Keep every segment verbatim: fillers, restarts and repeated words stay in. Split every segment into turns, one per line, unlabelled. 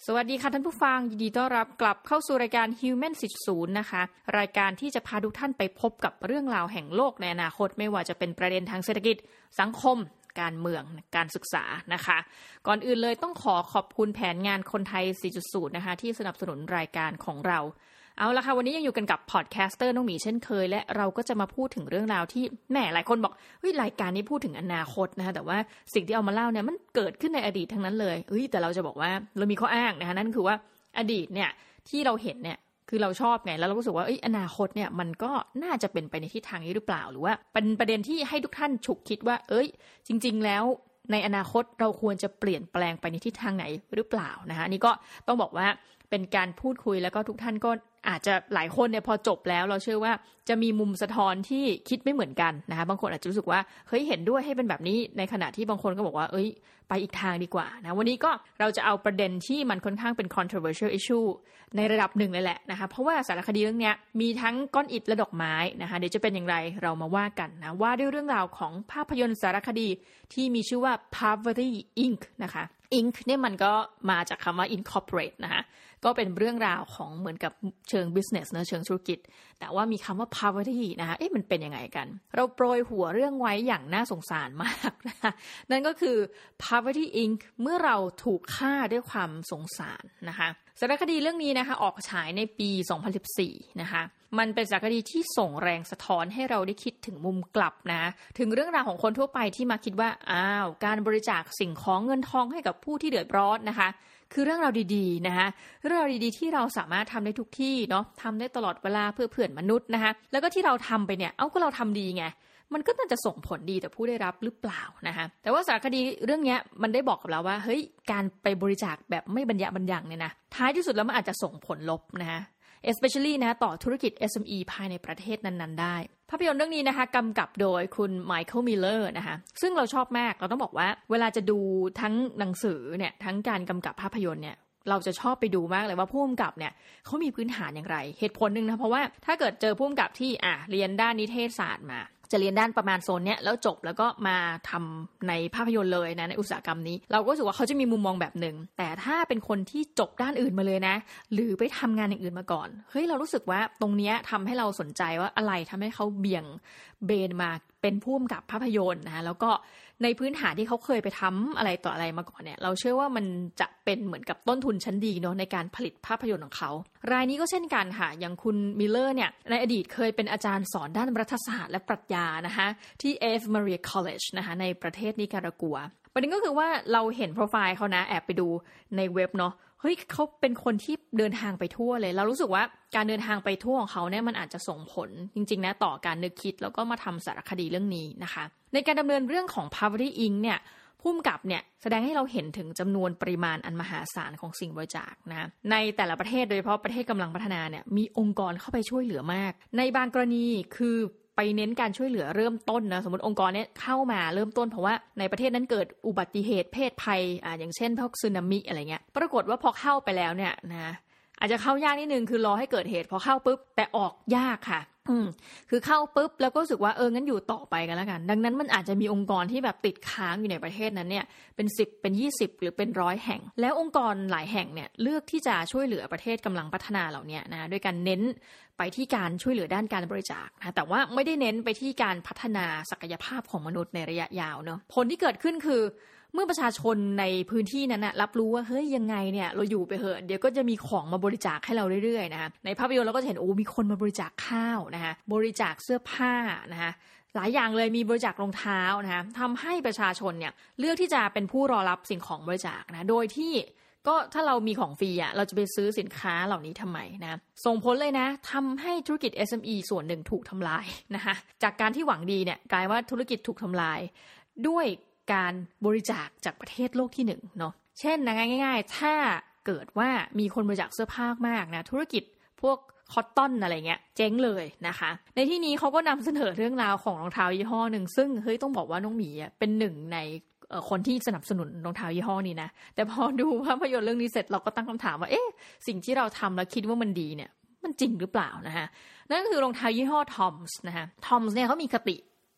สวัสดีค่ะท่านผู้ฟังยินดีต้อนรับกลับเข้าสู่รายการ Human สี่จุดศูนย์ นะคะรายการที่จะพาทุกท่านไปพบกับเรื่องราวแห่งโลกในอนาคตไม่ว่าจะเป็นประเด็นทางเศรษฐกิจสังคมการเมืองการศึกษานะคะก่อนอื่นเลยต้องขอขอบคุณแผนงานคนไทย สี่จุดศูนย์ นะคะที่สนับสนุนรายการของเราเอาละค่ะวันนี้ยังอยู่กันกับพอดแคสเตอร์น้องหมีเช่นเคยและเราก็จะมาพูดถึงเรื่องราวที่แหมหลายคนบอกเฮ้ยรายการนี้พูดถึงอนาคตนะคะแต่ว่าสิ่งที่เอามาเล่าเนี่ยมันเกิดขึ้นในอดีตทั้งนั้นเลยเฮ้ยแต่เราจะบอกว่าเรามีข้ออ้างนะคะนั่นคือว่าอดีตเนี่ยที่เราเห็นเนี่ยคือเราชอบไงแล้วเรารู้สึกว่าเอ้ยอนาคตเนี่ยมันก็น่าจะเป็นไปในทิศทางนี้หรือเปล่าหรือว่าเป็นประเด็นที่ให้ทุกท่านฉุกคิดว่าเอ้ยจริงๆแล้วในอนาคตเราควรจะเปลี่ยนแปลงไปในทิศทางไหนหรือเปล่านะคะนี่ก็ต้องบอกว่าเป็นการพูดคุยแล้วก็ทุกท่านก็อาจจะหลายคนเนี่ยพอจบแล้วเราเชื่อว่าจะมีมุมสะท้อนที่คิดไม่เหมือนกันนะคะบางคนอาจจะรู้สึกว่าเฮ้ยเห็นด้วยให้เป็นแบบนี้ในขณะที่บางคนก็บอกว่าเอ้ยไปอีกทางดีกว่านะวันนี้ก็เราจะเอาประเด็นที่มันค่อนข้างเป็น controversial issue ในระดับหนึ่งเลยแหละนะคะเพราะว่าสารคดีเรื่องนี้มีทั้งก้อนอิฐและดอกไม้นะคะเดี๋ยวจะเป็นอย่างไรเรามาว่ากันนะว่าด้วยเรื่องราวของภาพยนตร์สารคดีที่มีชื่อว่า Poverty อิงค์ นะคะ อิงค์ เนี่ยมันก็มาจากคำว่า incorporate นะคะก็เป็นเรื่องราวของเหมือนกับเชิง business นะเชิงธุรกิจแต่ว่ามีคำว่า poverty นะคะเอ๊ะมันเป็นยังไงกันเราโปรยหัวเรื่องไว้อย่างน่าสงสารมากนะคะนั่นก็คือ Poverty อิงค์ เมื่อเราถูกฆ่าด้วยความสงสารนะคะสารคดีเรื่องนี้นะคะออกฉายในปีสองพันสิบสี่นะคะมันเป็นสารคดีที่ส่งแรงสะท้อนให้เราได้คิดถึงมุมกลับนะถึงเรื่องราวของคนทั่วไปที่มาคิดว่าอ้าวการบริจาคสิ่งของเงินทองให้กับผู้ที่เดือดร้อนนะคะคือเรื่องราวดีๆนะคะเรื่องราวดีๆที่เราสามารถทำได้ทุกที่เนาะทำได้ตลอดเวลาเพื่อเพื่อนมนุษย์นะคะแล้วก็ที่เราทำไปเนี่ยเอ้าก็เราทำดีไงมันก็น่าจะส่งผลดีต่อผู้ได้รับหรือเปล่านะคะแต่ว่าสารคดีเรื่องนี้มันได้บอกกับเราว่าเฮ้ยการไปบริจาคแบบไม่บรรยะบรรยังเนี่ยนะท้ายที่สุดแล้วมันอาจจะส่งผลลบนะคะespecially นะต่อธุรกิจ เอส เอ็ม อี ภายในประเทศนั้นๆได้ภาพยนตร์เรื่องนี้นะคะกำกับโดยคุณไมเคิลมิลเลอร์นะคะซึ่งเราชอบมากเราต้องบอกว่าเวลาจะดูทั้งหนังสือเนี่ยทั้งการกำกับภาพยนตร์เนี่ยเราจะชอบไปดูมากเลยว่าผู้กำกับเนี่ยเขามีพื้นฐานอย่างไรเหตุผลนึงนะเพราะว่าถ้าเกิดเจอผู้กำกับที่อ่ะเรียนด้านนิเทศศาสตร์มาจะเรียนด้านประมาณโซนเนี้ยแล้วจบแล้วก็มาทำในภาพยนตร์เลยนะในอุตสาหกรรมนี้เราก็รู้สึกว่าเขาจะมีมุมมองแบบนึงแต่ถ้าเป็นคนที่จบด้านอื่นมาเลยนะหรือไปทำงานอย่างอื่นมาก่อนเฮ้ยเรารู้สึกว่าตรงเนี้ยทำให้เราสนใจว่าอะไรทำให้เขาเบี่ยงเบนมาเป็นผู้กำกับภาพยนตร์นะแล้วก็ในพื้นฐานที่เขาเคยไปทำอะไรต่ออะไรมาก่อนเนี่ยเราเชื่อว่ามันจะเป็นเหมือนกับต้นทุนชั้นดีเนาะในการผลิตภาพยนตร์ของเขารายนี้ก็เช่นกันค่ะอย่างคุณมิลเลอร์เนี่ยในอดีตเคยเป็นอาจารย์สอนด้านรัฐศาสตร์และปรัชญานะคะที่ เอ เอฟ Maria College นะคะในประเทศนิการากัวประเด็นก็คือว่าเราเห็นโปรไฟล์เขานะแอบไปดูในเว็บเนาะเฮ้ยเขาเป็นคนที่เดินทางไปทั่วเลยเรารู้สึกว่าการเดินทางไปทั่วของเขาเนี่ยมันอาจจะส่งผลจริงๆนะต่อการนึกคิดแล้วก็มาทำสารคดีเรื่องนี้นะคะในการดำเนินเรื่องของ Poverty อิงค์ เนี่ยผู้กำกับเนี่ยแสดงให้เราเห็นถึงจำนวนปริมาณอันมหาศาลของสิ่งบริจาคนะในแต่ละประเทศโดยเฉพาะประเทศกำลังพัฒนาเนี่ยมีองค์กรเข้าไปช่วยเหลือมากในบางกรณีคือไปเน้นการช่วยเหลือเริ่มต้นนะสมมติองค์กรนี้เข้ามาเริ่มต้นเพราะว่าในประเทศนั้นเกิดอุบัติเหตุเพศภัยอ่าอย่างเช่นพวกสึนามิอะไรเงี้ยปรากฏว่าพอเข้าไปแล้วเนี่ยนะอาจจะเข้ายากนิดนึงคือรอให้เกิดเหตุพอเข้าปุ๊บแต่ออกยากค่ะอืมคือเข้าปุ๊บแล้วก็รู้สึกว่าเอองั้นอยู่ต่อไปกันแล้วกันดังนั้นมันอาจจะมีองค์กรที่แบบติดค้างอยู่ในประเทศนั้นเนี่ยเป็นสิบเป็นยี่สิบหรือเป็นร้อยแห่งแล้วองค์กรหลายแห่งเนี่ยเลือกที่จะช่วยเหลือประเทศกำลังพัฒนาเหล่านี้นะด้วยการเน้นไปที่การช่วยเหลือด้านการบริจาคนะแต่ว่าไม่ได้เน้นไปที่การพัฒนาศักยภาพของมนุษย์ในระยะยาวเนาะผลที่เกิดขึ้นคือเมื่อประชาชนในพื้นที่นั้นนะรับรู้ว่าเฮ้ยยังไงเนี่ยเราอยู่ไปเหอะเดี๋ยวก็จะมีของมาบริจาคให้เราเรื่อยๆนะคะในภาพยนตร์เราก็จะเห็นโอ้มีคนมาบริจาคข้าวนะคะบริจาคเสื้อผ้านะคะหลายอย่างเลยมีบริจาครองเท้านะคะทำให้ประชาชนเนี่ยเลือกที่จะเป็นผู้รอรับสิ่งของบริจาคนะโดยที่ก็ถ้าเรามีของฟรีอ่ะเราจะไปซื้อสินค้าเหล่านี้ทำไมนะส่งผลเลยนะทำให้ธุรกิจ เอส เอ็ม อี ส่วนหนึ่งถูกทำลายนะคะจากการที่หวังดีเนี่ยกลายว่าธุรกิจถูกทำลายด้วยการบริจาคจากประเทศโลกที่หนึ่งเนาะเช่นนะง่ายๆถ้าเกิดว่ามีคนบริจาคเสื้อผ้ามากนะธุรกิจพวกคอตตอนอะไรเงี้ยเจ๊งเลยนะคะในที่นี้เขาก็นำเสนอเรื่องราวของรองเท้ายี่ห้อหนึ่งซึ่งเฮ้ยต้องบอกว่าน้องหมีอ่ะเป็นหนึ่งในคนที่สนับสนุนรองเท้ายี่ห้อนี้นะแต่พอดูภาพยนตร์เรื่องนี้เสร็จเราก็ตั้งคำถามว่าเอ๊ะสิ่งที่เราทำแล้วคิดว่ามันดีเนี่ยมันจริงหรือเปล่านะคะนั่นก็คือรองเท้ายี่ห้อทอมส์นะคะทอมส์เนี่ยเขามีคติ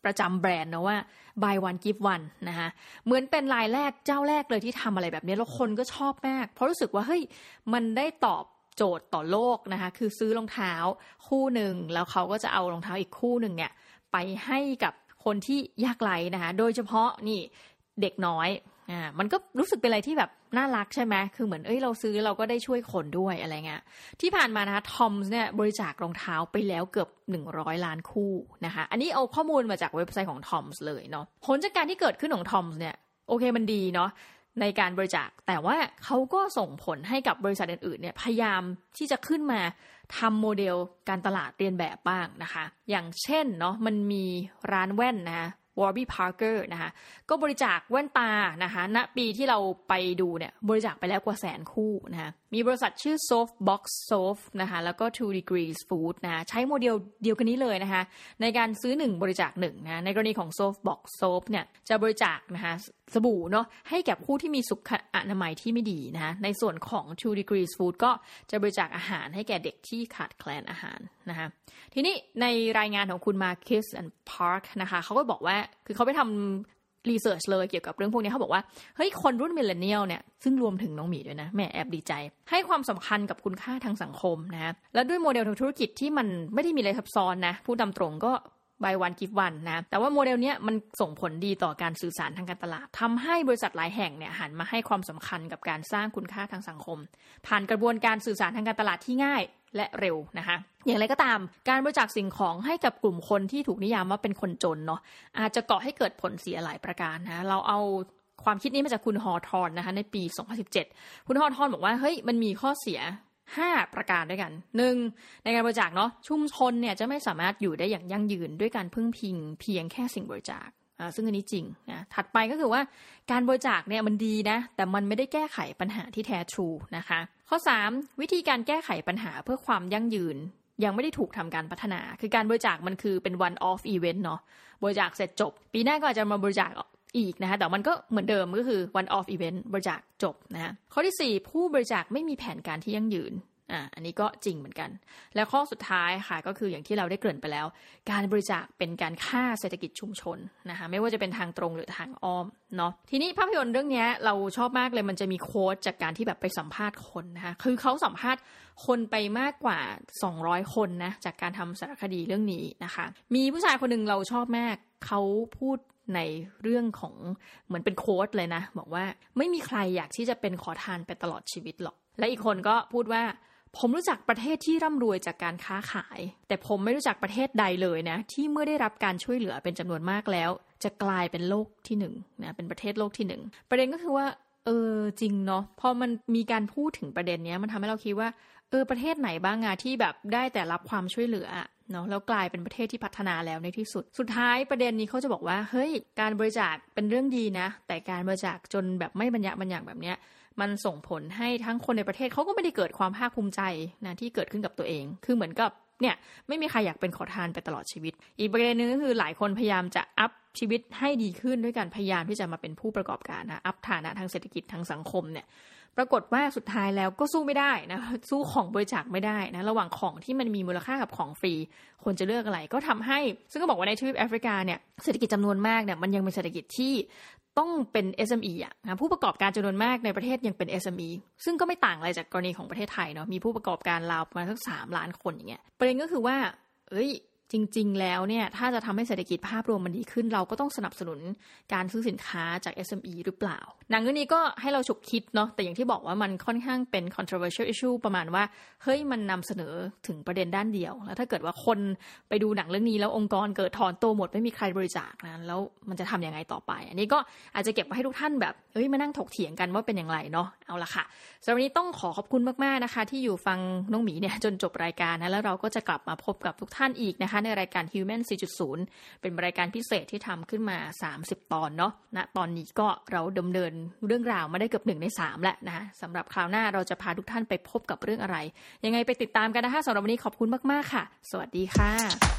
ประจำแบรนด์นะว่า buy one give one นะคะเหมือนเป็นรายแรกเจ้าแรกเลยที่ทำอะไรแบบนี้แล้วคนก็ชอบมากเพราะรู้สึกว่าเฮ้ยมันได้ตอบโจทย์ต่อโลกนะคะคือซื้อรองเท้าคู่หนึ่งแล้วเขาก็จะเอารองเท้าอีกคู่หนึ่งเนี่ยไปให้กับคนที่ยากไร้นะคะโดยเฉพาะนี่เด็กน้อยอ่ามันก็รู้สึกเป็นอะไรที่แบบน่ารักใช่ไหมคือเหมือนเอ้ยเราซื้อเราก็ได้ช่วยคนด้วยอะไรเงี้ยที่ผ่านมานะคะทอมส์เนี่ยบริจาครองเท้าไปแล้วเกือบหนึ่งร้อยล้านคู่นะคะอันนี้เอาข้อมูลมาจากเว็บไซต์ของทอมส์เลยเนาะผลจากการที่เกิดขึ้นของทอมส์เนี่ยโอเคมันดีเนาะในการบริจาคแต่ว่าเขาก็ส่งผลให้กับบริษัทอื่นๆเนี่ยพยายามที่จะขึ้นมาทำโมเดลการตลาดเรียนแบบบ้างนะคะอย่างเช่นเนาะมันมีร้านแว่นนะWarby Parker นะคะก็บริจาคแว่นตานะคะณปีที่เราไปดูเนี่ยบริจาคไปแล้วกว่าแสนคู่นะคะมีบริษัทชื่อ Softbox Soft นะคะแล้วก็ Two Degrees Food นะใช้โมเดลเดียวกันนี้เลยนะคะในการซื้อหนึ่งบริจาคหนึ่งนะในกรณีของ Softbox Soft เนี่ยจะบริจาคนะคะสบู่เนาะให้แก่ผู้ที่มีสุขอนามัยที่ไม่ดีนะคะในส่วนของ Two Degrees Food ก็จะบริจาคอาหารให้แก่เด็กที่ขาดแคลนอาหารนะคะทีนี้ในรายงานของคุณ Marcus and Park นะคะเขาก็บอกว่าคือเขาไปทำรีเสิร์ชเลยเกี่ยวกับเรื่องพวกนี้เขาบอกว่าเฮ้ยคนรุ่นมิลเลนเนียลเนี่ยซึ่งรวมถึงน้องหมีด้วยนะแม่แอบดีใจให้ความสำคัญกับคุณค่าทางสังคมนะแล้วด้วยโมเดลทางธุรกิจที่มันไม่ได้มีอะไรซับซ้อนนะพูดตามตรงก็ buy one give one นะแต่ว่าโมเดลเนี้ยมันส่งผลดีต่อการสื่อสารทางการตลาดทำให้บริษัทหลายแห่งเนี่ยหันมาให้ความสำคัญกับการสร้างคุณค่าทางสังคมผ่านกระบวนการสื่อสารทางการตลาดที่ง่ายและเร็วนะคะอย่างไรก็ตามการบริจาคสิ่งของให้กับกลุ่มคนที่ถูกนิยามว่าเป็นคนจนเนาะอาจจะก่อให้เกิดผลเสียหลายประการนะเราเอาความคิดนี้มาจากคุณฮอทอนนะคะในปีสองพันสิบเจ็ดคุณฮอทอนบอกว่าเฮ้ยมันมีข้อเสียห้าประการด้วยกันหนึ่งในการบริจาคเนาะชุมชนเนี่ยจะไม่สามารถอยู่ได้อย่างยั่งยืนด้วยการพึ่งพิงเพียงแค่สิ่งบริจาคอ่าซึ่งอันนี้จริงนะถัดไปก็คือว่าการบริจาคเนี่ยมันดีนะแต่มันไม่ได้แก้ไขปัญหาที่แท้ทรูนะคะข้อสามวิธีการแก้ไขปัญหาเพื่อความยั่งยืนยังไม่ได้ถูกทำการพัฒนาคือการบริจาคมันคือเป็น one off event เนาะบริจาคเสร็จจบปีหน้าก็อาจจะมาบริจาคอีกนะคะแต่มันก็เหมือนเดิมก็คือ one off event บริจาคจบนะคะข้อที่สี่ผู้บริจาคไม่มีแผนการที่ยั่งยืนอ่าอันนี้ก็จริงเหมือนกันแล้วข้อสุดท้ายค่ะก็คืออย่างที่เราได้เกริ่นไปแล้วการบริจาคเป็นการฆ่าเศรษฐกิจชุมชนนะคะไม่ว่าจะเป็นทางตรงหรือทางอ้อมเนาะทีนี้ภาพยนตร์เรื่องนี้เราชอบมากเลยมันจะมีโค้ดจากการที่แบบไปสัมภาษณ์คนนะคะคือเขาสัมภาษณ์คนไปมากกว่าสองร้อยคนนะจากการทำสารคดีเรื่องนี้นะคะมีผู้ชายคนนึงเราชอบมากเขาพูดในเรื่องของเหมือนเป็นโค้ดเลยนะบอกว่าไม่มีใครอยากที่จะเป็นขอทานไปตลอดชีวิตหรอกและอีกคนก็พูดว่าผมรู้จักประเทศที่ร่ำรวยจากการค้าขายแต่ผมไม่รู้จักประเทศใดเลยนะที่เมื่อได้รับการช่วยเหลือเป็นจำนวนมากแล้วจะกลายเป็นโลกที่หนึ่งนะเป็นประเทศโลกที่หนึ่งประเด็นก็คือว่าเออจริงเนาะพอมันมีการพูดถึงประเด็นนี้มันทำให้เราคิดว่าเออประเทศไหนบ้างอะที่แบบได้แต่รับความช่วยเหลือเนาะแล้วกลายเป็นประเทศที่พัฒนาแล้วในที่สุดสุดท้ายประเด็นนี้เขาจะบอกว่าเฮ้ยการบริจาคเป็นเรื่องดีนะแต่การบริจาคจนแบบไม่บรรยะบรรยังแบบเนี้ยมันส่งผลให้ทั้งคนในประเทศเขาก็ไม่ได้เกิดความภาคภูมิใจนะที่เกิดขึ้นกับตัวเองคือเหมือนกับเนี่ยไม่มีใครอยากเป็นขอทานไปตลอดชีวิตอีกประเด็นนึงก็คือหลายคนพยายามจะอัพชีวิตให้ดีขึ้นด้วยการพยายามที่จะมาเป็นผู้ประกอบการนะอัพฐานะทางเศรษฐกิจทางสังคมเนี่ยปรากฏว่าสุดท้ายแล้วก็สู้ไม่ได้นะสู้ของบริจาคไม่ได้นะระหว่างของที่มันมีมูลค่ากับของฟรีควรจะเลือกอะไรก็ทำให้ซึ่งก็บอกว่าในทวีปแอฟริกาเนี่ยเศรษฐกิจจำนวนมากเนี่ยมันยังเป็นเศรษฐกิจที่ต้องเป็น เอส เอ็ม อี อ่ะนะผู้ประกอบการจำนวนมากในประเทศยังเป็น เอส เอ็ม อี ซึ่งก็ไม่ต่างอะไรจากกรณีของประเทศไทยเนาะมีผู้ประกอบการราวประมาณสักสามล้านคนอย่างเงี้ยประเด็นก็คือว่าเอ้ยจริงๆแล้วเนี่ยถ้าจะทำให้เศรษฐกิจภาพรวมมันดีขึ้นเราก็ต้องสนับสนุนการซื้อสินค้าจาก เอส เอ็ม อี หรือเปล่าหนังเรื่องนี้ก็ให้เราฉุกคิดเนาะแต่อย่างที่บอกว่ามันค่อนข้างเป็น controversial issue ประมาณว่าเฮ้ยมันนำเสนอถึงประเด็นด้านเดียวแล้วถ้าเกิดว่าคนไปดูหนังเรื่องนี้แล้วองค์กรเกิดถอนตัวหมดไม่มีใครบริจาคนะแล้วมันจะทำยังไงต่อไปอันนี้ก็อาจจะเก็บไว้ให้ทุกท่านแบบเฮ้ยมานั่งถกเถียงกันว่าเป็นอย่างไรเนาะเอาละค่ะสำหรับวันนี้ต้องขอขอบคุณมากๆนะคะที่อยู่ฟังน้องหมีเนี่ยจนจบรายการนะแล้วเราก็จะกลับมาพบกับทุกท่านอีกนะคะในรายการ Human สี่จุดศูนย์ เป็นรายการพิเศษที่ทำขึ้นมาสามสิบตอนเนาะณตอนนี้ก็เราดำเนินเรื่องราวมาได้เกือบหนึ่งในสามแล้วนะคะสำหรับคราวหน้าเราจะพาทุกท่านไปพบกับเรื่องอะไรยังไงไปติดตามกันนะคะสำหรับวันนี้ขอบคุณมากๆค่ะสวัสดีค่ะ